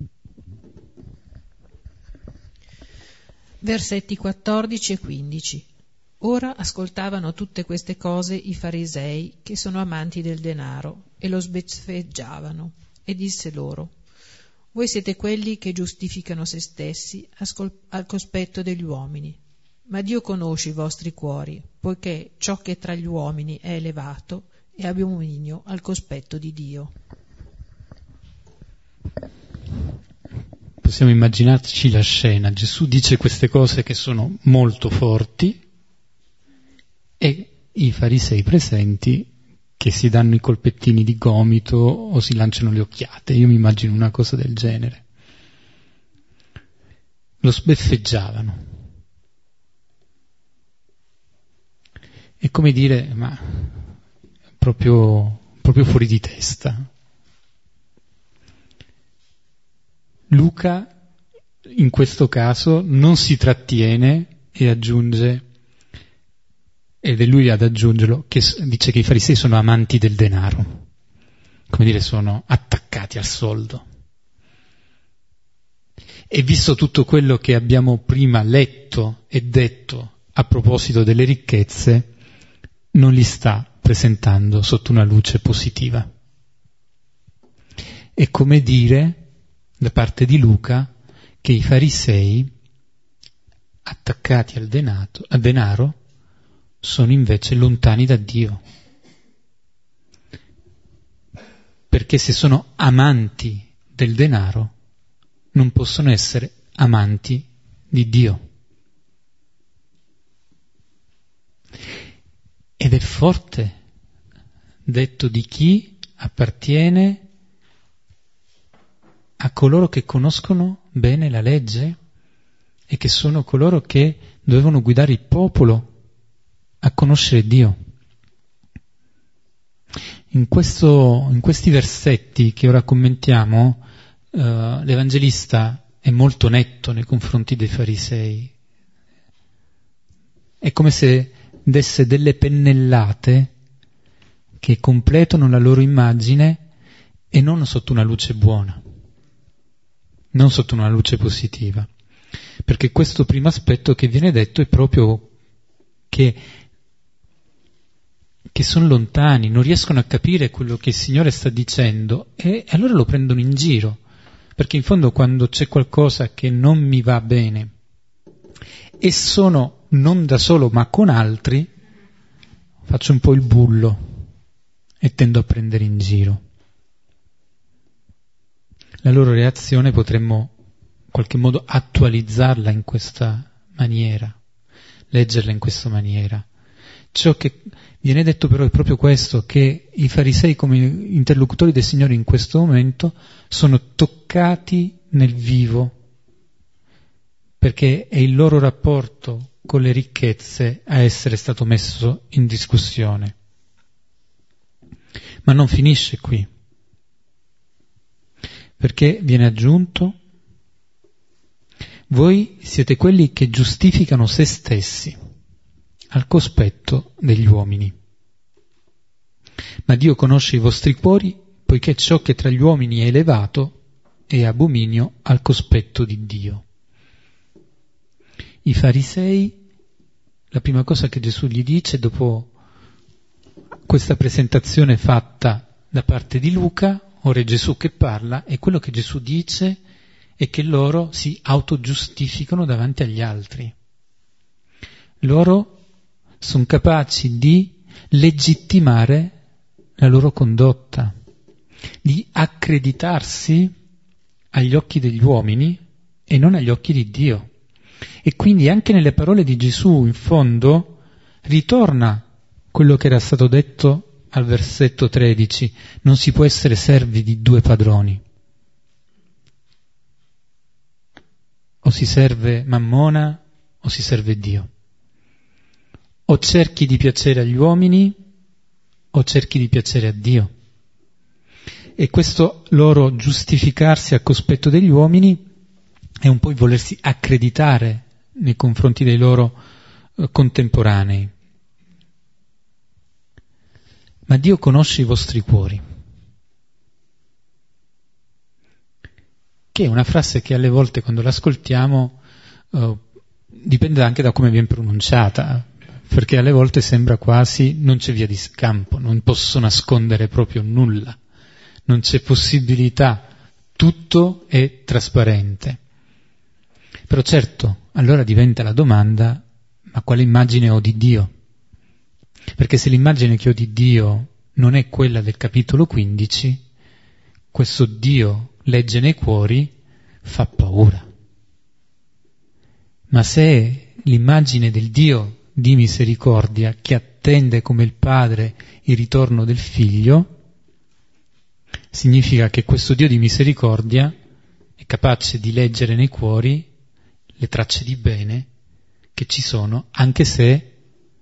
Versetti quattordici e quindici. Ora ascoltavano tutte queste cose i farisei, che sono amanti del denaro, e lo sbeffeggiavano, e disse loro: voi siete quelli che giustificano se stessi ascol- al cospetto degli uomini, ma Dio conosce i vostri cuori, poiché ciò che tra gli uomini è elevato è abominio al cospetto di Dio. Possiamo immaginarci la scena. Gesù dice queste cose che sono molto forti e i farisei presenti che si danno i colpettini di gomito o si lanciano le occhiate. Io mi immagino una cosa del genere. Lo sbeffeggiavano. È come dire, ma proprio, proprio fuori di testa. Luca, in questo caso, non si trattiene e aggiunge, ed è lui ad aggiungerlo, che dice che i farisei sono amanti del denaro, come dire, sono attaccati al soldo. E visto tutto quello che abbiamo prima letto e detto a proposito delle ricchezze, non li sta presentando sotto una luce positiva. È come dire, da parte di Luca, che i farisei, attaccati al denato, al denaro, sono invece lontani da Dio. Perché se sono amanti del denaro, non possono essere amanti di Dio. Ed è forte detto di chi appartiene a coloro che conoscono bene la legge e che sono coloro che dovevano guidare il popolo a conoscere Dio. In, questo, in questi versetti che ora commentiamo, eh, l'Evangelista è molto netto nei confronti dei farisei. È come se desse delle pennellate che completano la loro immagine e non sotto una luce buona, non sotto una luce positiva. Perché questo primo aspetto che viene detto è proprio che che sono lontani, non riescono a capire quello che il Signore sta dicendo e allora lo prendono in giro, perché in fondo quando c'è qualcosa che non mi va bene e sono non da solo ma con altri, faccio un po' il bullo e tendo a prendere in giro. La loro reazione potremmo in qualche modo attualizzarla in questa maniera, leggerla in questa maniera. ciò che viene detto però è proprio questo, che i farisei come interlocutori del Signore in questo momento sono toccati nel vivo, perché è il loro rapporto con le ricchezze a essere stato messo in discussione. Ma non finisce qui, perché viene aggiunto: voi siete quelli che giustificano se stessi al cospetto degli uomini. Ma Dio conosce i vostri cuori, poiché ciò che tra gli uomini è elevato è abominio al cospetto di Dio. I farisei, la prima cosa che Gesù gli dice dopo questa presentazione fatta da parte di Luca, ora è Gesù che parla, e quello che Gesù dice è che loro si autogiustificano davanti agli altri. Loro sono capaci di legittimare la loro condotta, di accreditarsi agli occhi degli uomini e non agli occhi di Dio. E quindi anche nelle parole di Gesù, in fondo, ritorna quello che era stato detto al versetto tredici: non si può essere servi di due padroni. O si serve Mammona o si serve Dio. O cerchi di piacere agli uomini o cerchi di piacere a Dio. E questo loro giustificarsi a cospetto degli uomini è un po' il volersi accreditare nei confronti dei loro eh, contemporanei. Ma Dio conosce i vostri cuori. Che è una frase che alle volte quando l'ascoltiamo eh, dipende anche da come viene pronunciata, perché alle volte sembra quasi non c'è via di scampo, non posso nascondere proprio nulla, non c'è possibilità, tutto è trasparente. Però certo, allora diventa la domanda: ma quale immagine ho di Dio? Perché se l'immagine che ho di Dio non è quella del capitolo quindici, questo Dio legge nei cuori fa paura. Ma se l'immagine del Dio di misericordia che attende come il Padre il ritorno del Figlio, significa che questo Dio di misericordia è capace di leggere nei cuori le tracce di bene che ci sono, anche se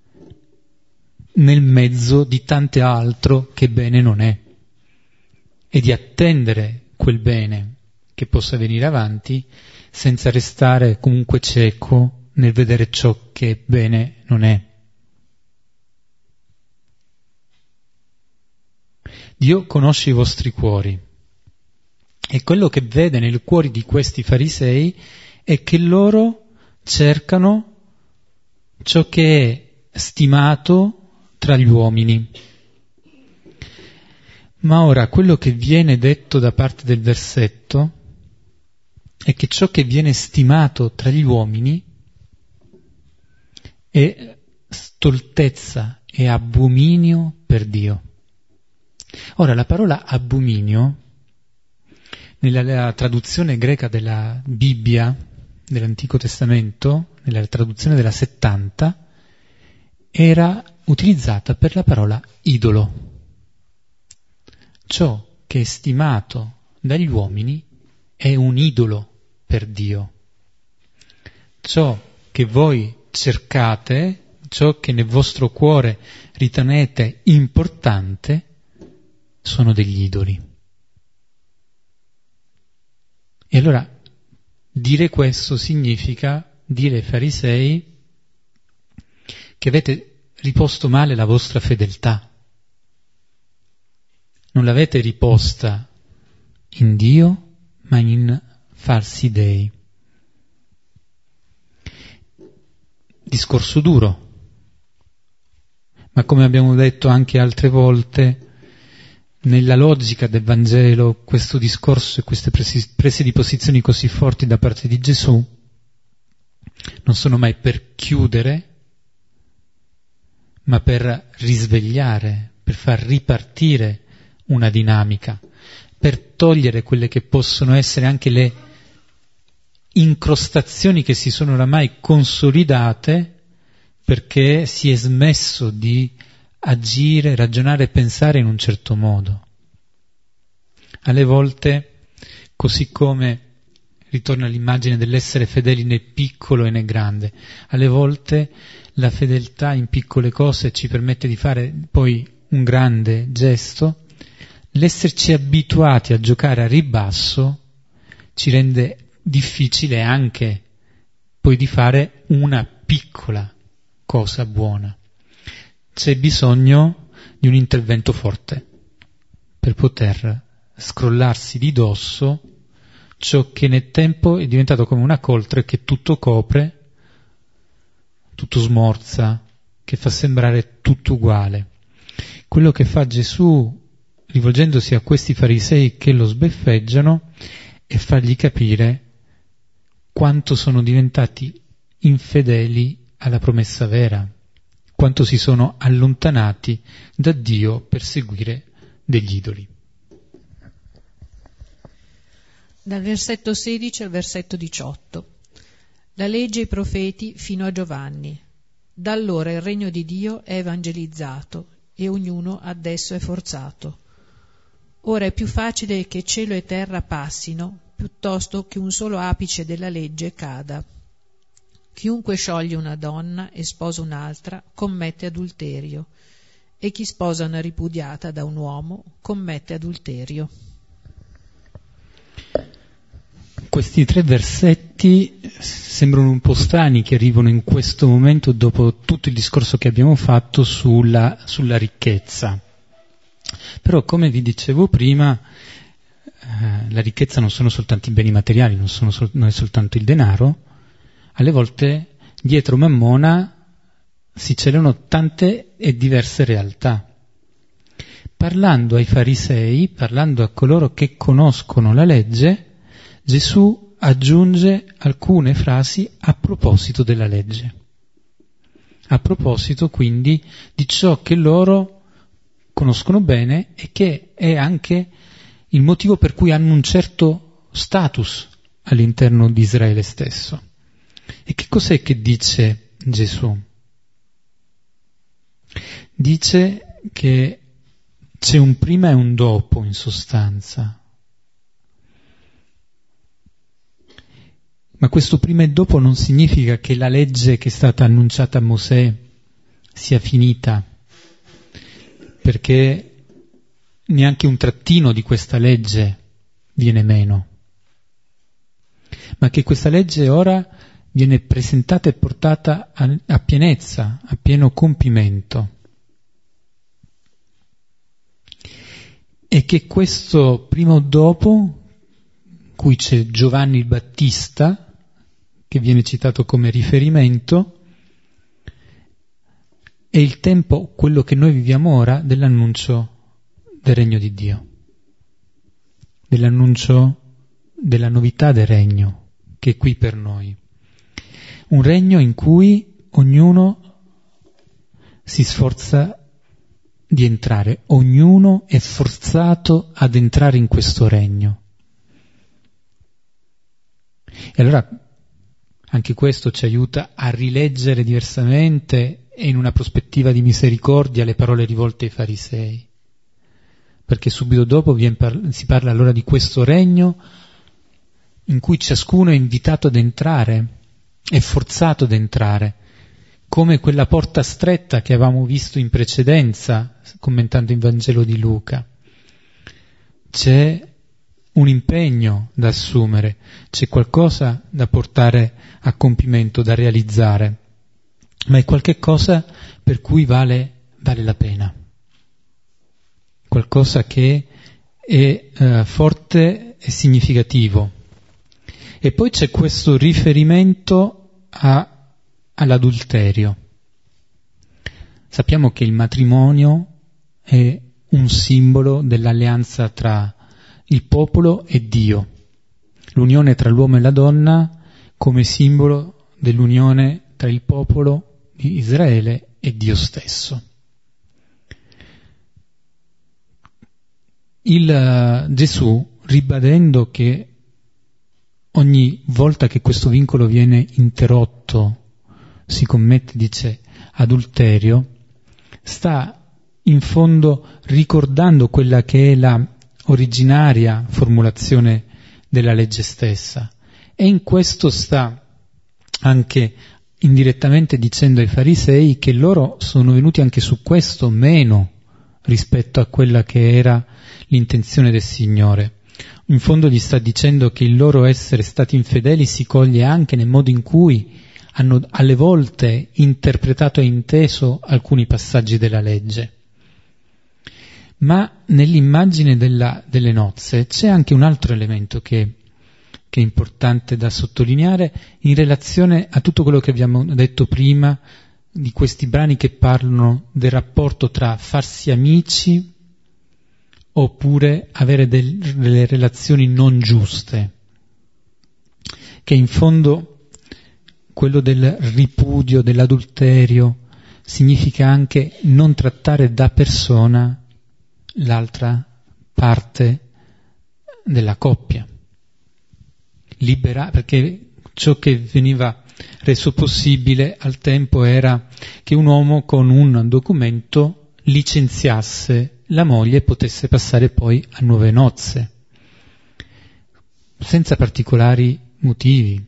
nel mezzo di tante altro che bene non è, e di attendere quel bene che possa venire avanti senza restare comunque cieco nel vedere ciò che bene non è. Dio conosce i vostri cuori, e quello che vede nei cuori di questi farisei è che loro cercano ciò che è stimato tra gli uomini. Ma ora quello che viene detto da parte del versetto è che ciò che viene stimato tra gli uomini è stoltezza e abominio per Dio. Ora, la parola abominio, nella traduzione greca della Bibbia, dell'Antico Testamento, nella traduzione della settanta, era utilizzata per la parola idolo. Ciò che è stimato dagli uomini è un idolo per Dio. Ciò che voi cercate, ciò che nel vostro cuore ritenete importante, sono degli idoli. E allora dire questo significa dire ai farisei che avete riposto male la vostra fedeltà. Non l'avete riposta in Dio, ma in falsi dei. Discorso duro, ma come abbiamo detto anche altre volte, nella logica del Vangelo, questo discorso e queste presi, prese di posizioni così forti da parte di Gesù non sono mai per chiudere, ma per risvegliare, per far ripartire una dinamica, per togliere quelle che possono essere anche le incrostazioni che si sono oramai consolidate perché si è smesso di agire, ragionare e pensare in un certo modo. Alle volte, così come ritorna l'immagine dell'essere fedeli nel piccolo e nel grande, alle volte la fedeltà in piccole cose ci permette di fare poi un grande gesto. L'esserci abituati a giocare a ribasso ci rende difficile anche poi di fare una piccola cosa buona. C'è bisogno di un intervento forte per poter scrollarsi di dosso ciò che nel tempo è diventato come una coltre che tutto copre, tutto smorza, che fa sembrare tutto uguale. Quello che fa Gesù, rivolgendosi a questi farisei che lo sbeffeggiano, è fargli capire quanto sono diventati infedeli alla promessa vera, quanto si sono allontanati da Dio per seguire degli idoli. Dal versetto sedici al versetto diciotto. La legge e i profeti fino a Giovanni. Da allora il regno di Dio è evangelizzato e ognuno adesso è forzato. Ora è più facile che cielo e terra passino piuttosto che un solo apice della legge cada. Chiunque scioglie una donna e sposa un'altra commette adulterio, e chi sposa una ripudiata da un uomo commette adulterio. Questi tre versetti sembrano un po' strani che arrivano in questo momento dopo tutto il discorso che abbiamo fatto sulla, sulla ricchezza. Però, come vi dicevo prima, eh, la ricchezza non sono soltanto i beni materiali, non, sono sol- non è soltanto il denaro. Alle volte dietro Mammona si celano tante e diverse realtà. Parlando ai farisei, parlando a coloro che conoscono la legge, Gesù aggiunge alcune frasi a proposito della legge, a proposito quindi di ciò che loro conoscono bene e che è anche il motivo per cui hanno un certo status all'interno di Israele stesso. E che cos'è che dice Gesù? Dice che c'è un prima e un dopo in sostanza. Ma questo prima e dopo non significa che la legge che è stata annunciata a Mosè sia finita, perché neanche un trattino di questa legge viene meno, ma che questa legge ora viene presentata e portata a, a pienezza, a pieno compimento. E che questo prima o dopo, cui c'è Giovanni il Battista, che viene citato come riferimento, è il tempo, quello che noi viviamo ora, dell'annuncio del regno di Dio, dell'annuncio della novità del regno che è qui per noi. Un regno in cui ognuno si sforza di entrare, ognuno è forzato ad entrare in questo regno. E allora anche questo ci aiuta a rileggere diversamente e in una prospettiva di misericordia le parole rivolte ai farisei, perché subito dopo viene par- si parla allora di questo regno in cui ciascuno è invitato ad entrare, è forzato ad entrare, come quella porta stretta che avevamo visto in precedenza, commentando il Vangelo di Luca. C'è un impegno da assumere, c'è qualcosa da portare a compimento, da realizzare, ma è qualche cosa per cui vale, vale la pena, qualcosa che è eh, forte e significativo. E poi c'è questo riferimento a, all'adulterio. Sappiamo che il matrimonio è un simbolo dell'alleanza tra il popolo e Dio, l'unione tra l'uomo e la donna come simbolo dell'unione tra il popolo di Israele e Dio stesso. Il uh, Gesù, ribadendo che ogni volta che questo vincolo viene interrotto si commette, dice, adulterio, sta in fondo ricordando quella che è la originaria formulazione della legge stessa, e in questo sta anche indirettamente dicendo ai farisei che loro sono venuti anche su questo meno rispetto a quella che era l'intenzione del Signore. In fondo gli sta dicendo che il loro essere stati infedeli si coglie anche nel modo in cui hanno alle volte interpretato e inteso alcuni passaggi della legge. Ma nell'immagine della, delle nozze c'è anche un altro elemento che, che è importante da sottolineare in relazione a tutto quello che abbiamo detto prima di questi brani che parlano del rapporto tra farsi amici oppure avere del, delle relazioni non giuste, che in fondo quello del ripudio, dell'adulterio, significa anche non trattare da persona l'altra parte della coppia. Libera, perché ciò che veniva reso possibile al tempo era che un uomo con un documento licenziasse la moglie e potesse passare poi a nuove nozze, senza particolari motivi.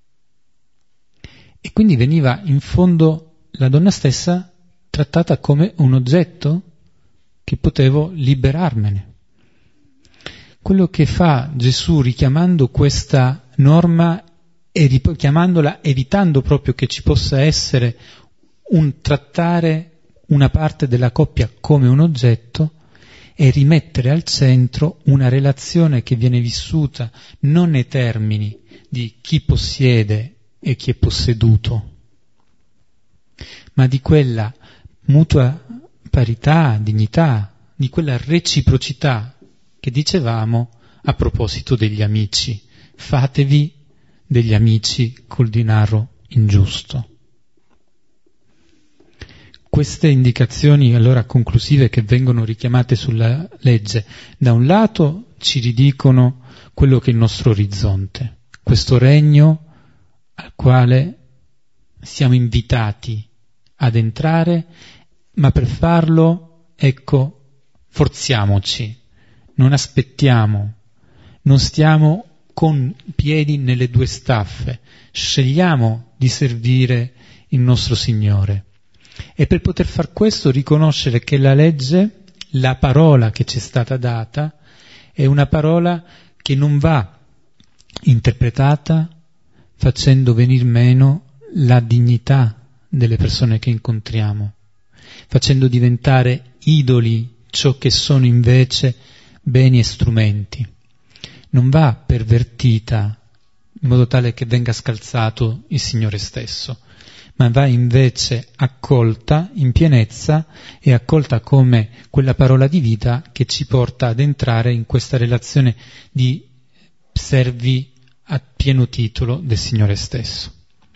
E quindi veniva in fondo la donna stessa trattata come un oggetto che potevo liberarmene. Quello che fa Gesù richiamando questa norma e richiamandola, evitando proprio che ci possa essere un trattare una parte della coppia come un oggetto, e rimettere al centro una relazione che viene vissuta non nei termini di chi possiede e chi è posseduto, ma di quella mutua parità, dignità, di quella reciprocità che dicevamo a proposito degli amici. Fatevi degli amici col denaro ingiusto. Queste indicazioni allora conclusive che vengono richiamate sulla legge, da un lato ci ridicono quello che è il nostro orizzonte, questo regno al quale siamo invitati ad entrare, ma per farlo, ecco, forziamoci, non aspettiamo, non stiamo con piedi nelle due staffe, scegliamo di servire il nostro Signore. E per poter far questo riconoscere che la legge, la parola che ci è stata data, è una parola che non va interpretata facendo venir meno la dignità delle persone che incontriamo, facendo diventare idoli ciò che sono invece beni e strumenti. Non va pervertita in modo tale che venga scalzato il Signore stesso, ma va invece accolta in pienezza e accolta come quella parola di vita che ci porta ad entrare in questa relazione di servi a pieno titolo del Signore stesso.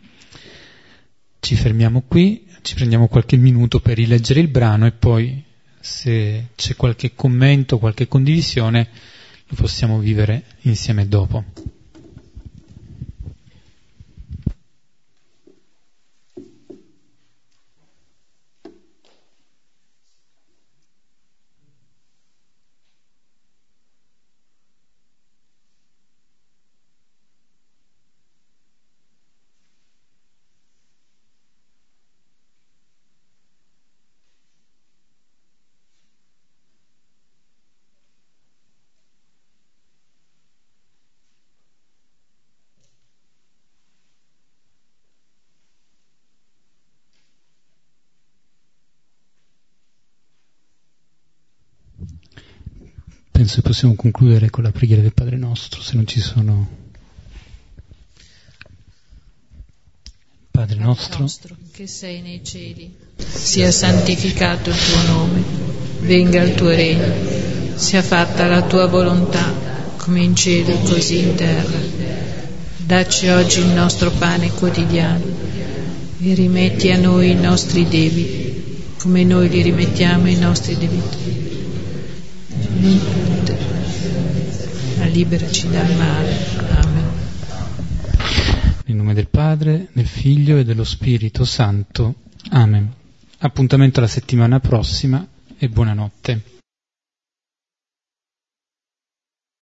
Ci fermiamo qui, ci prendiamo qualche minuto per rileggere il brano e poi, se c'è qualche commento, qualche condivisione, lo possiamo vivere insieme dopo. Penso che possiamo concludere con la preghiera del Padre nostro, se non ci sono. Padre nostro, nostro che sei nei cieli, sia santificato il tuo nome, venga il tuo regno, sia fatta la tua volontà, come in cielo così in terra. Dacci oggi il nostro pane quotidiano e rimetti a noi i nostri debiti, come noi li rimettiamo ai nostri debitori. Ma liberaci dal male. Amen. Nel nome del Padre, del Figlio e dello Spirito Santo. Amen. Appuntamento la settimana prossima e buonanotte.